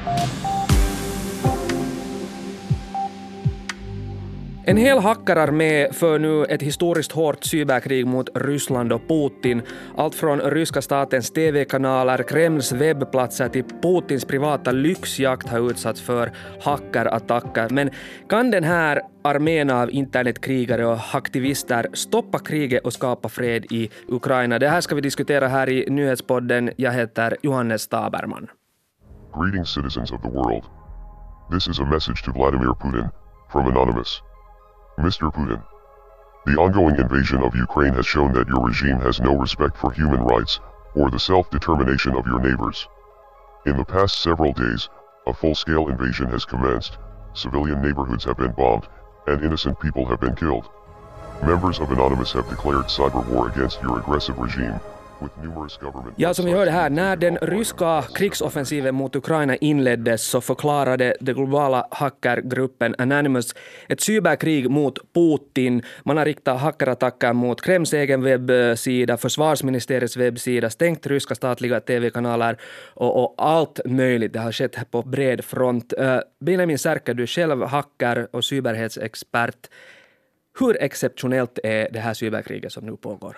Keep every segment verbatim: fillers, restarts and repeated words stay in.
En hel hackerarmé för nu ett historiskt hårt cyberkrig mot Ryssland och Putin. Allt från ryska statens tv-kanaler, Kremls webbplatser till Putins privata lyxjakt har utsatts för hackerattacker. Men kan den här armén av internetkrigare och aktivister stoppa kriget och skapa fred i Ukraina? Det här ska vi diskutera här i nyhetspodden. Jag heter Johannes Staberman. Greetings, citizens of the world. This is a message to Vladimir Putin from Anonymous. Mister Putin, the ongoing invasion of Ukraine has shown that your regime has no respect for human rights or the self-determination of your neighbors. In the past several days, a full-scale invasion has commenced, civilian neighborhoods have been bombed, and innocent people have been killed. Members of Anonymous have declared cyber war against your aggressive regime. Ja, som vi hörde här, när den ryska krigsoffensiven mot Ukraina inleddes så förklarade den globala hackergruppen Anonymous ett cyberkrig mot Putin. Man har riktat hackerattacker mot Kremls egen webbsida, försvarsministeriets webbsida, stängt ryska statliga tv-kanaler och, och allt möjligt. Det har skett här på bred front. Uh, Benjamin Särkä, du är själv hacker och cyberhetsexpert. Hur exceptionellt är det här cyberkriget som nu pågår?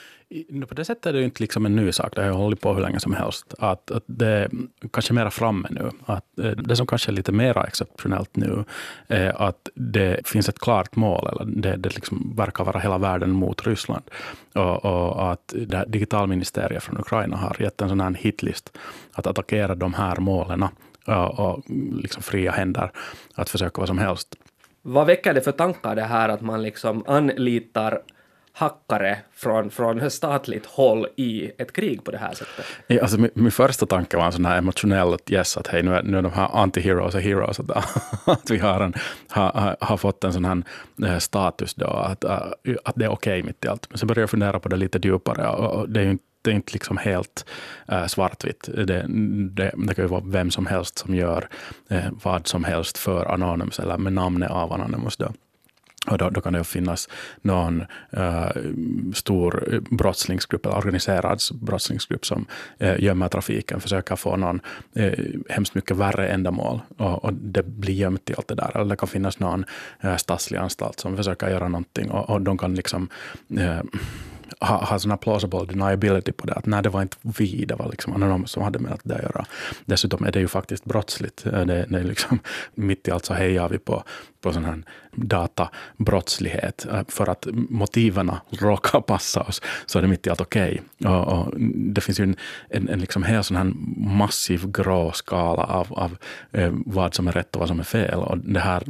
På det sättet är det inte liksom en ny sak. Det har hållit på hur länge som helst. Att, att det är kanske mera framme nu. Att det som kanske är lite mer exceptionellt nu är att det finns ett klart mål. Eller det, det liksom verkar vara hela världen mot Ryssland. Och, och att det digitalministeriet från Ukraina har gett en sån här hitlist att attackera de här målen och, och liksom fria händer att försöka vad som helst. Vad väcker det för tankar det här att man liksom anlitar hackare från, från statligt håll i ett krig på det här sättet? Ja, alltså, min, min första tanke var en sån här emotionell att yes, att hej, nu är, nu är de här anti-heroes och heroes, att, att vi har, en, ha, har fått en sån här äh, status då, att, äh, att det är okej okay mitt i allt. Men så började jag fundera på det lite djupare och, och det är ju inte Det är inte liksom helt äh, svartvitt. Det, det, det kan ju vara vem som helst som gör äh, vad som helst för Anonymous eller med namnet av Anonymous då. Och då, då kan det ju finnas någon äh, stor brottslingsgrupp eller organiserad brottslingsgrupp som äh, gömmer trafiken, försöker få någon äh, hemskt mycket värre ändamål och, och det blir gömt i allt det där. Eller det kan finnas någon äh, statslig anstalt som försöker göra någonting och, och de kan liksom äh, ha, ha sån här plausible deniability på det. Att nej, det var inte vi, det var liksom Anonymous som hade med det att göra. Dessutom är det ju faktiskt brottsligt. Det, det är liksom, mitt i allt så hejar vi på, på sån här databrottslighet. För att motiverna råkar passa oss så är det mitt i allt okej. Okay. Och, och det finns ju en, en, en liksom hel sån här massiv grå skala av, av eh, vad som är rätt och vad som är fel. Och det här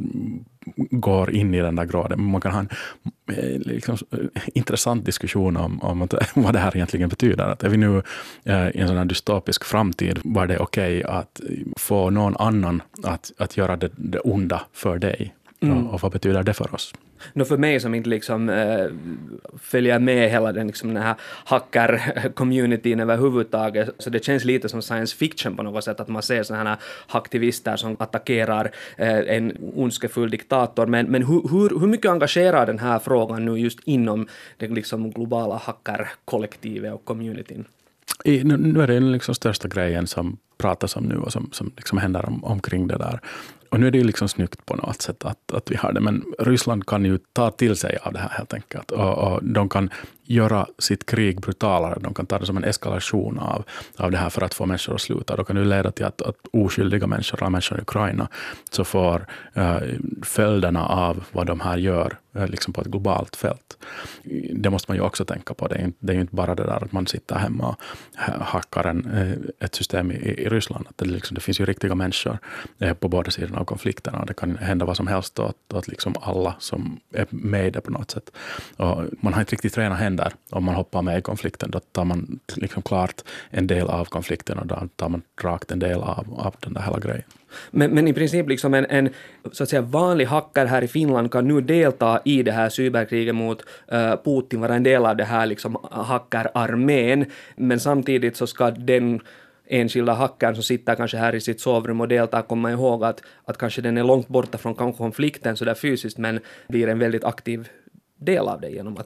går in i den där graden. Man kan ha en liksom, intressant diskussion om, om vad det här egentligen betyder. Att är vi nu eh, i en sån här dystopisk framtid, var det okej okay att få någon annan att, att göra det, det onda för dig? Mm. Och, och vad betyder det för oss? No, för mig som inte liksom, äh, följer med hela den, liksom, den här hacker-communityn överhuvudtaget, så det känns lite som science fiction på något sätt att man ser sådana här aktivister som attackerar äh, en ondskefull diktator. Men, men hur, hur, hur mycket engagerar den här frågan nu just inom det liksom, globala hacker-kollektivet och communityn? I, nu, nu är det den liksom största grejen som pratas om nu och som, som liksom händer om, omkring det där. Och nu är det ju liksom snyggt på något sätt att, att vi har det. Men Ryssland kan ju ta till sig av det här helt enkelt. Och, och de kan göra sitt krig brutalare. De kan ta det som en eskalation av, av det här för att få människor att sluta. Då kan det leda till att, att oskyldiga människor, alla människor i Ukraina, så får uh, följderna av vad de här gör uh, liksom på ett globalt fält. Det måste man ju också tänka på. Det är, inte, det är ju inte bara det där att man sitter hemma och hackar en, uh, ett system i, i Ryssland. Att det, liksom, det finns ju riktiga människor uh, på båda sidorna av konflikterna. Och det kan hända vad som helst och att, att liksom alla som är med i det på något sätt. Och man har inte riktigt tränat händer om man hoppar med i konflikten. Då tar man liksom klart en del av konflikten och då tar man rakt en del av, av den där hela grejen. Men, men i princip liksom en, en så att säga vanlig hacker här i Finland kan nu delta i det här cyberkriget mot uh, Putin, vara en del av det här liksom hackerarmén, men samtidigt så ska den enskilda hackern som sitter kanske här i sitt sovrum och deltar komma ihåg att, att kanske den är långt borta från konflikten så där fysiskt, men blir en väldigt aktiv del av det genom att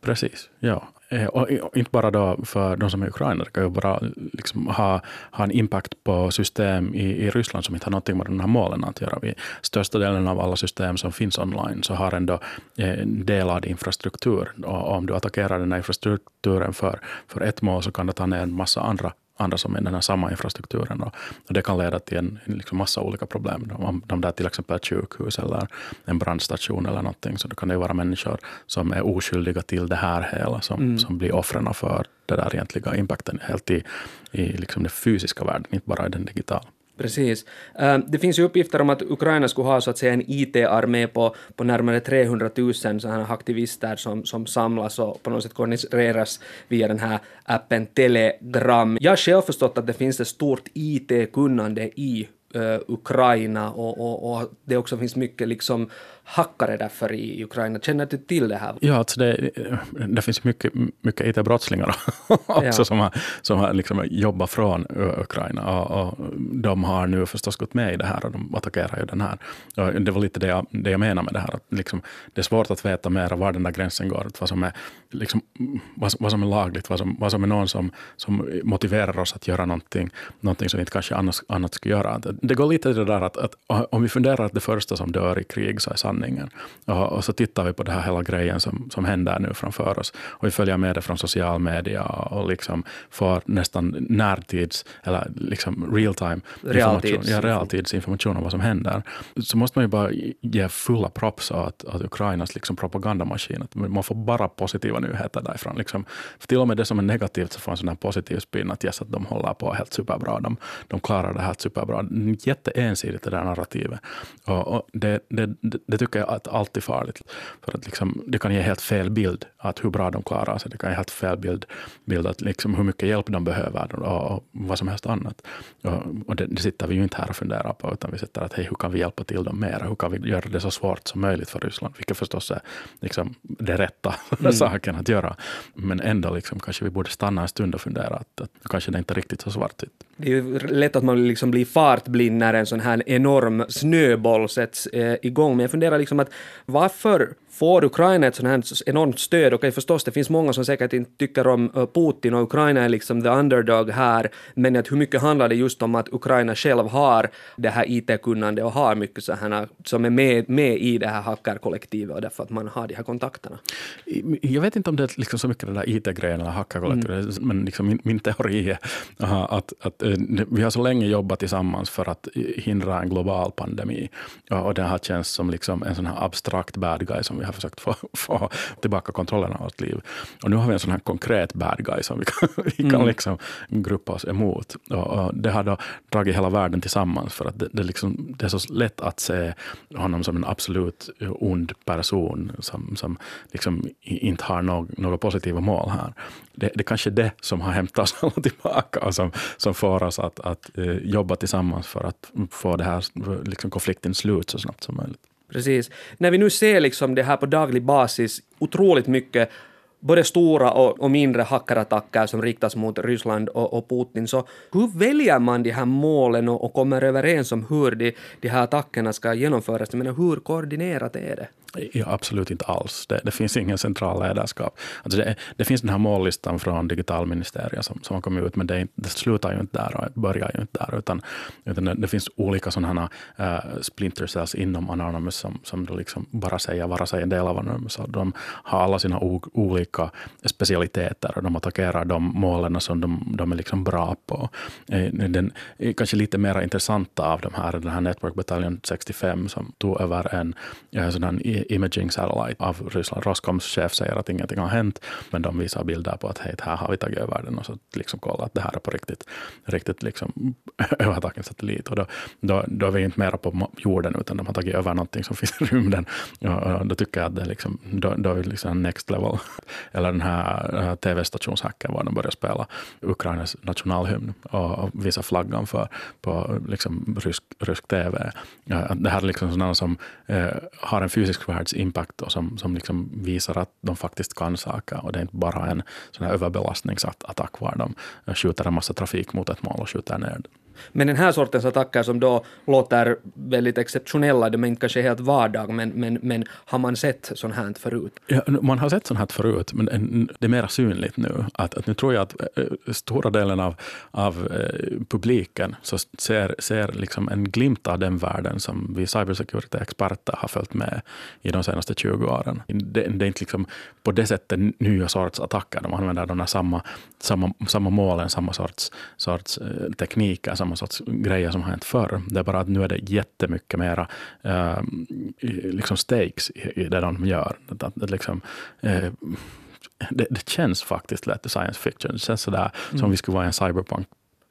Precis, ja. Och inte bara då för de som är ukrainare, det kan ju bara liksom ha, ha en impact på system i, i Ryssland som inte har någonting med de här målen att göra. Vi, största delen av alla system som finns online så har ändå en delad infrastruktur. Och om du attackerar den här infrastrukturen för, för ett mål så kan det ta ner en massa andra andra som är den här samma infrastrukturen. Och, och det kan leda till en, en liksom massa olika problem. Om de där till exempel ett sjukhus eller en brandstation eller någonting, så då kan det vara människor som är oskyldiga till det här hela som, mm. som blir offren för det där egentliga impacten helt i, i liksom den fysiska världen, inte bara i den digitala. Precis. Det finns ju uppgifter om att Ukraina skulle ha så att säga en I T-armé på, på närmare trehundratusen sådana aktivister som, som samlas och på något sätt koordineras via den här appen Telegram. Jag har själv förstått att det finns ett stort I T-kunnande i uh, Ukraina och, och, och det också finns mycket liksom hackare därför i Ukraina. Känner du till det här? Ja, alltså det, det finns mycket, mycket I T-brottslingar också ja. som har, som har liksom jobbat från Ukraina och, och de har nu förstås gått med i det här och de attackerar ju den här. Och det var lite det jag, det jag menar med det här. Att liksom, det är svårt att veta mer var den där gränsen går. Vad som är, liksom, vad, vad som är lagligt, vad som, vad som är någon som, som motiverar oss att göra någonting, någonting som vi inte kanske annars, annat skulle göra. Det går lite det där att, att om vi funderar att det första som dör i krig så är sanningen. Och, och så tittar vi på det här hela grejen som, som händer nu framför oss. Och vi följer med det från social media och liksom får nästan närtids eller liksom real-time information, ja, realtidsinformation om vad som händer. Så måste man ju bara ge fulla props att, att Ukrainas liksom propagandamaskin, att man får bara positiva nyheter därifrån. Liksom. För till och med det som är negativt så får en sån här positiv spin att, yes, att de håller på helt superbra. De, de klarar det här superbra. Jätteensidigt det där narrativet. Och, och det, det, det, det tycker jag att allt är farligt. För att liksom, det kan ge helt fel bild att hur bra de klarar sig. Det kan ge helt fel bild, bild att liksom hur mycket hjälp de behöver och, och vad som helst annat. Och, och det, det sitter vi ju inte här och funderar på, utan vi sitter att hej, hur kan vi hjälpa till dem mer? Hur kan vi göra det så svårt som möjligt för Ryssland? Vilket förstås är liksom det rätta mm. saken att göra. Men ändå liksom, kanske vi borde stanna en stund och fundera att, att kanske det inte är riktigt så svartvitt. Det är ju lätt att man liksom blir fartblind när en sån här enorm snöboll sätts eh, igång. Men jag funderar liksom att varför får Ukraina ett sånt här enormt stöd? Okej, förstås, det finns många som säkert inte tycker om Putin och Ukraina är liksom the underdog här. Men att hur mycket handlar det just om att Ukraina själv har det här I T-kunnande och har mycket så här som är med, med i det här hackarkollektivet och därför att man har de här kontakterna? Jag vet inte om det är liksom så mycket det där I T-grejen eller hackarkollektivet, mm. men liksom min, min teori är att, att vi har så länge jobbat tillsammans för att hindra en global pandemi och det har känts som liksom en sån här abstrakt bad guy som vi har försökt få, få tillbaka kontrollen av vårt liv. Och nu har vi en sån här konkret bad guy som vi kan, vi kan mm. liksom gruppa oss emot. Och, och det har då dragit hela världen tillsammans för att det, det, liksom, det är så lätt att se honom som en absolut ond person som, som liksom inte har någ, några positiva mål här. Det, det är kanske det som har hämtat oss alla tillbaka och som, som får oss att, att uh, jobba tillsammans för att få det här liksom, konflikten slut så snabbt som möjligt. Precis. När vi nu ser liksom det här på daglig basis otroligt mycket både stora och, och mindre hackerattacker som riktas mot Ryssland och, och Putin, så hur väljer man de här målen och, och kommer överens om hur de, de här attackerna ska genomföras? Jag menar, hur koordinerat är det? Ja, absolut inte alls. Det, det finns ingen central ledarskap. Alltså det, det finns den här mållistan från digitalministeriet som, som har kommit ut, men det, det slutar ju inte där och börjar ju inte där, utan, utan det, det finns olika sådana här uh, splinter cells inom Anonymous som, som då liksom bara säger, vara sig en del av Anonymous. De har alla sina o, olika specialiteter och de attackerar de målen som de, de är liksom bra på. Den kanske lite mer intressanta av de här, den här Network Battalion sextiofem som tog över en, en sådan imaging satellite av Ryssland. Roskoms chef säger att ingenting har hänt, men de visar bilder på att hej, här har vi tagit över den och så liksom kolla att det här är på riktigt, riktigt liksom övertagen satellit. Och då, då, då är vi inte mera på jorden utan de har tagit över någonting som finns i rymden. Och då tycker jag att det är liksom, då, då är det liksom next level. Eller den här tv-stationshacken var de började spela Ukrainas nationalhymn och, och visa flaggan för på liksom rysk, rysk tv. Det här är liksom sådana som eh, har en fysisk världs impact och som, som liksom visar att de faktiskt kan saker och det är inte bara en sån här överbelastningsattack var de skjuter en massa trafik mot ett mål och skjuter ner. Men den här sortens attacker som då låter väldigt exceptionella, de är inte kanske helt vardag, men, men, men har man sett sånt här förut? Ja, man har sett sånt här förut, men det är mer synligt nu. Att, att nu tror jag att äh, stora delen av, av äh, publiken så ser, ser liksom en glimt av den världen som vi cybersecurity-experter har följt med i de senaste tjugo åren. Det, det är inte liksom på det sättet nya sorts attacker. De använder de här samma, samma, samma målen, samma sorts, sorts äh, tekniker, samma sorts grejer som har hänt förr. Det är bara att nu är det jättemycket mera äh, liksom stakes i, i det de gör. Att, att, liksom, äh, det, det känns faktiskt lite science fiction. Det känns sådär mm. som vi skulle vara en cyberpunk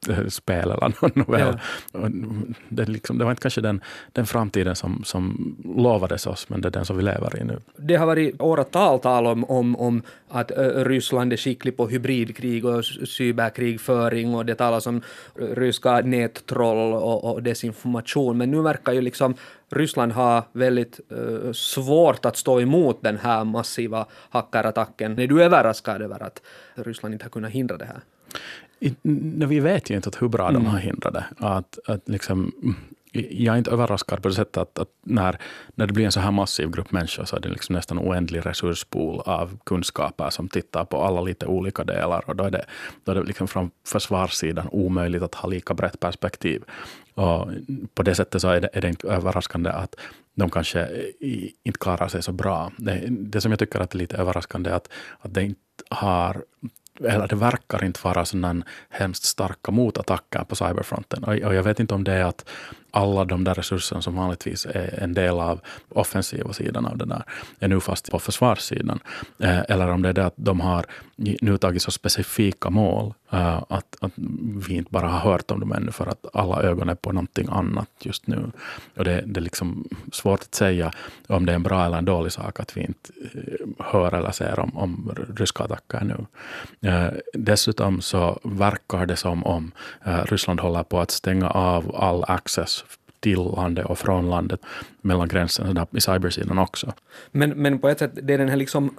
spel eller någon novell. Ja. Det, liksom, det var inte kanske den, den framtiden som, som lovades oss, men det är den som vi lever i nu. Det har varit åratal tal om, om, om att ö, Ryssland är skicklig på hybridkrig och cyberkrigföring, och det talas om ryska nättroll och, och desinformation, men nu verkar ju liksom Ryssland ha väldigt uh, svårt att stå emot den här massiva hackerattacken. Är du överraskad över att Ryssland inte har kunnat hindra det här? I, vi vet ju inte hur bra mm. de har hindrat det. Att, att liksom, jag är inte överraskad på det sättet att, att när, när det blir en så här massiv grupp människor så är det liksom nästan oändlig resurspool av kunskaper som tittar på alla lite olika delar, och då är det, då är det liksom från försvarssidan omöjligt att ha lika brett perspektiv. Och på det sättet så är det, är det inte överraskande att de kanske inte klarar sig så bra. Det, det som jag tycker att är lite överraskande är att, att det inte har eller det verkar inte vara sådana hemskt starka motattacker på cyberfronten. Och, och jag vet inte om det är att alla de där resurserna som vanligtvis är en del av offensiva sidan av det där är nu fast på försvarssidan. Eh, eller om det är det att de har nu tagit så specifika mål eh, att, att vi inte bara har hört om dem ännu för att alla ögon är på någonting annat just nu. Och det, det är liksom svårt att säga om det är en bra eller en dålig sak att vi inte hör eller ser om, om ryska attacker nu. Eh, dessutom så verkar det som om eh, Ryssland håller på att stänga av all access till landet och från landet mellan gränserna i cybersidan också. Men, men på ett sätt, det är den här liksom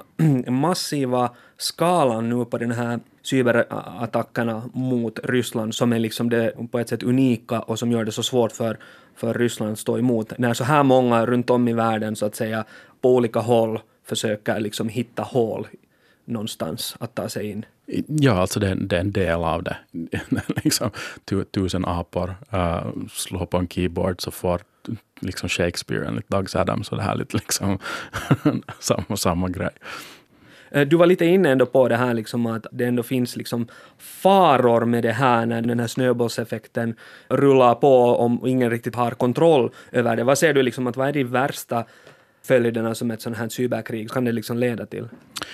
massiva skalan nu på den här cyberattackerna mot Ryssland som är liksom det på ett sätt unika och som gör det så svårt för, för Ryssland att stå emot. När så här många runt om i världen så att säga på olika håll försöker liksom hitta hål någonstans att ta sig in. Ja, alltså det, det är en del av det. liksom, tusen apor uh, slår på en keyboard så får liksom Shakespeare enligt Doug Adams, och det här lite liksom samma, samma grej. Du var lite inne ändå på det här liksom att det ändå finns liksom faror med det här när den här snöbollseffekten rullar på om ingen riktigt har kontroll över det. Vad ser du liksom att vad är de värsta följderna som ett sånt här cyberkrig kan det liksom leda till?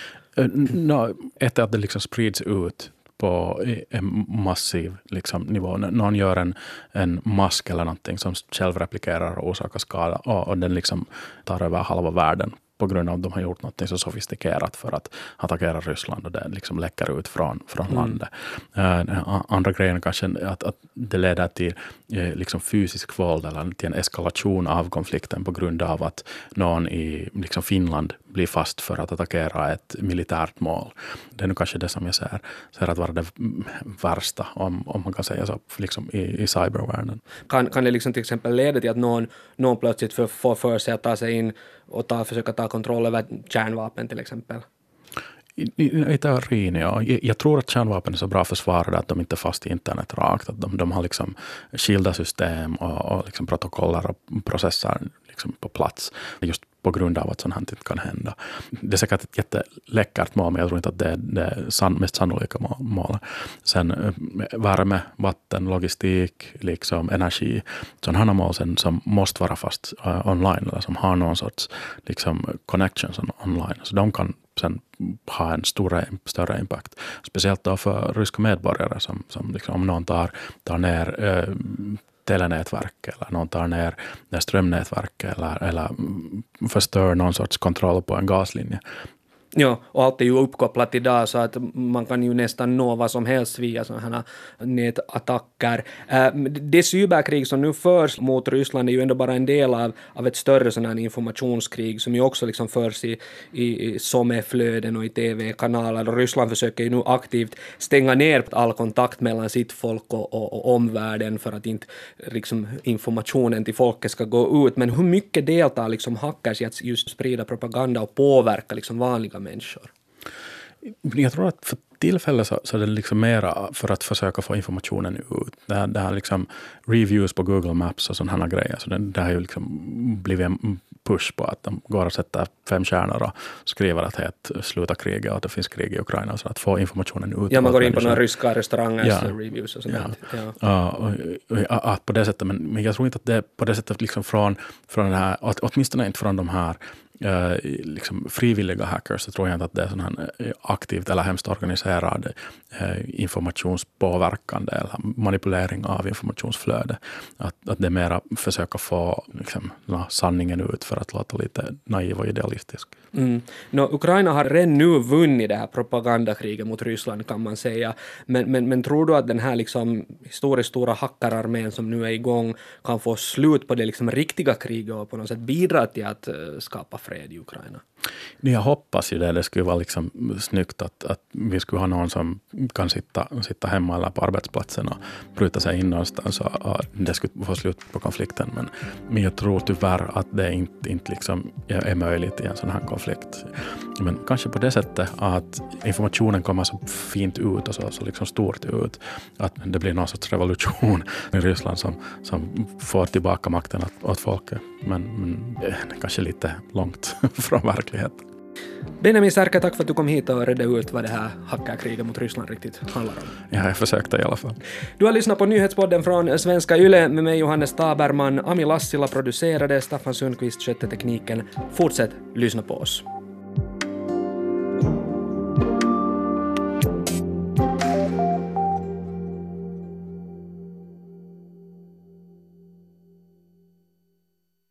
No, ett är att det liksom sprids ut på en massiv liksom, nivå. Någon gör en, en mask eller någonting som självreplikerar och orsakar skada, och, och den liksom tar över halva världen på grund av att de har gjort något så sofistikerat för att attackera Ryssland, och det liksom läcker ut från, från mm. landet. Uh, andra grejen kanske att, att det leder till uh, liksom fysisk våld eller till en eskalation av konflikten på grund av att någon i liksom Finland blir fast för att attackera ett militärt mål. Det är nu kanske det som jag ser, ser att vara det värsta, om, om man kan säga så, liksom i, i cybervärlden. Kan, kan det liksom till exempel leda till att någon, någon plötsligt får för, för sig att ta sig in och ta, försöka ta kontroll över kärnvapen till exempel? I, i, i teorin, ja. Jag, jag tror att kärnvapen är så bra försvarade att de inte är fast i internet rakt. Att de, de har liksom skilda system och, och liksom protokoller och processer liksom på plats. Just på grund av att sånt här inte kan hända. Det är säkert ett jätteläckert mål, men jag tror inte att det är det san, mest sannolika målet. Sen värme, vatten, logistik, liksom energi. Sådana mål sen som måste vara fast uh, online, eller som har någon sorts liksom, connections online. Så de kan sen ha en större, större impact. Speciellt då för ryska medborgare som, som liksom, om någon tar, tar ner uh, telenätverk eller någon tar ner, ner strömnätverk eller, eller förstör någon sorts kontroll på en gaslinje. Ja, och allt är ju uppkopplat idag så att man kan ju nästan nå vad som helst via sådana här nätattacker. Det cyberkrig som nu förs mot Ryssland är ju ändå bara en del av, av ett större sådant här informationskrig som ju också liksom förs i, i, i sommarflöden och i tv-kanaler. Och Ryssland försöker ju nu aktivt stänga ner all kontakt mellan sitt folk och, och, och omvärlden för att inte liksom, informationen till folket ska gå ut. Men hur mycket deltar liksom hackers i att just sprida propaganda och påverka liksom vanliga människor? Jag tror att för tillfället så, så är det liksom mera för att försöka få informationen ut. Det här, det här liksom reviews på Google Maps och sådana grejer. Så det, det har ju liksom blivit en push på att de går och sätter fem stjärnor och skriver att det slutar kriget och att det finns krig i Ukraina. Så att få informationen ut. Ja, man går in på några ryska restaurangers ja. reviews och sånt. Ja. Ja. Ja, och, och, och, på det sättet, men, men jag tror inte att det är på det sättet liksom från, från den här, åtminstone inte från de här Uh, liksom frivilliga hackers, så tror jag inte att det är sån här aktivt eller hemskt organiserad uh, informationspåverkande eller manipulering av informationsflöde. Att, att det är mera försöka få liksom, na, sanningen ut för att låta lite naiv och idealistisk. Mm. No, Ukraina har redan nu vunnit det här propagandakriget mot Ryssland kan man säga. Men, men, men tror du att den här liksom, historiskt stora hackararmén som nu är igång kan få slut på det liksom, riktiga kriget och på något sätt bidra till att uh, skapa fred i Ukraina? Jag hoppas ju det. Det skulle vara liksom snyggt att, att vi skulle ha någon som kan sitta, sitta hemma eller på arbetsplatsen och bryta sig in någonstans och, och det skulle få slut på konflikten. Men, men jag tror tyvärr att det inte, inte liksom är möjligt i en sån här konflikt. Men kanske på det sättet att informationen kommer så fint ut och så, så liksom stort ut att det blir någon sorts revolution i Ryssland som, som får tillbaka makten åt, åt folket. Men, men det är kanske lite långt från verkligheten. Benjamin Särkä, tack för att du kom hit och redde ut vad det här hackerkriget mot Ryssland riktigt handlar om. Ja, jag försökte i alla fall. Du har lyssnat på nyhetspodden från Svenska Yle med mig Johannes Taberman. Ami Lassila producerade, Staffan Sundqvist skötte tekniken. Fortsätt lyssna på oss.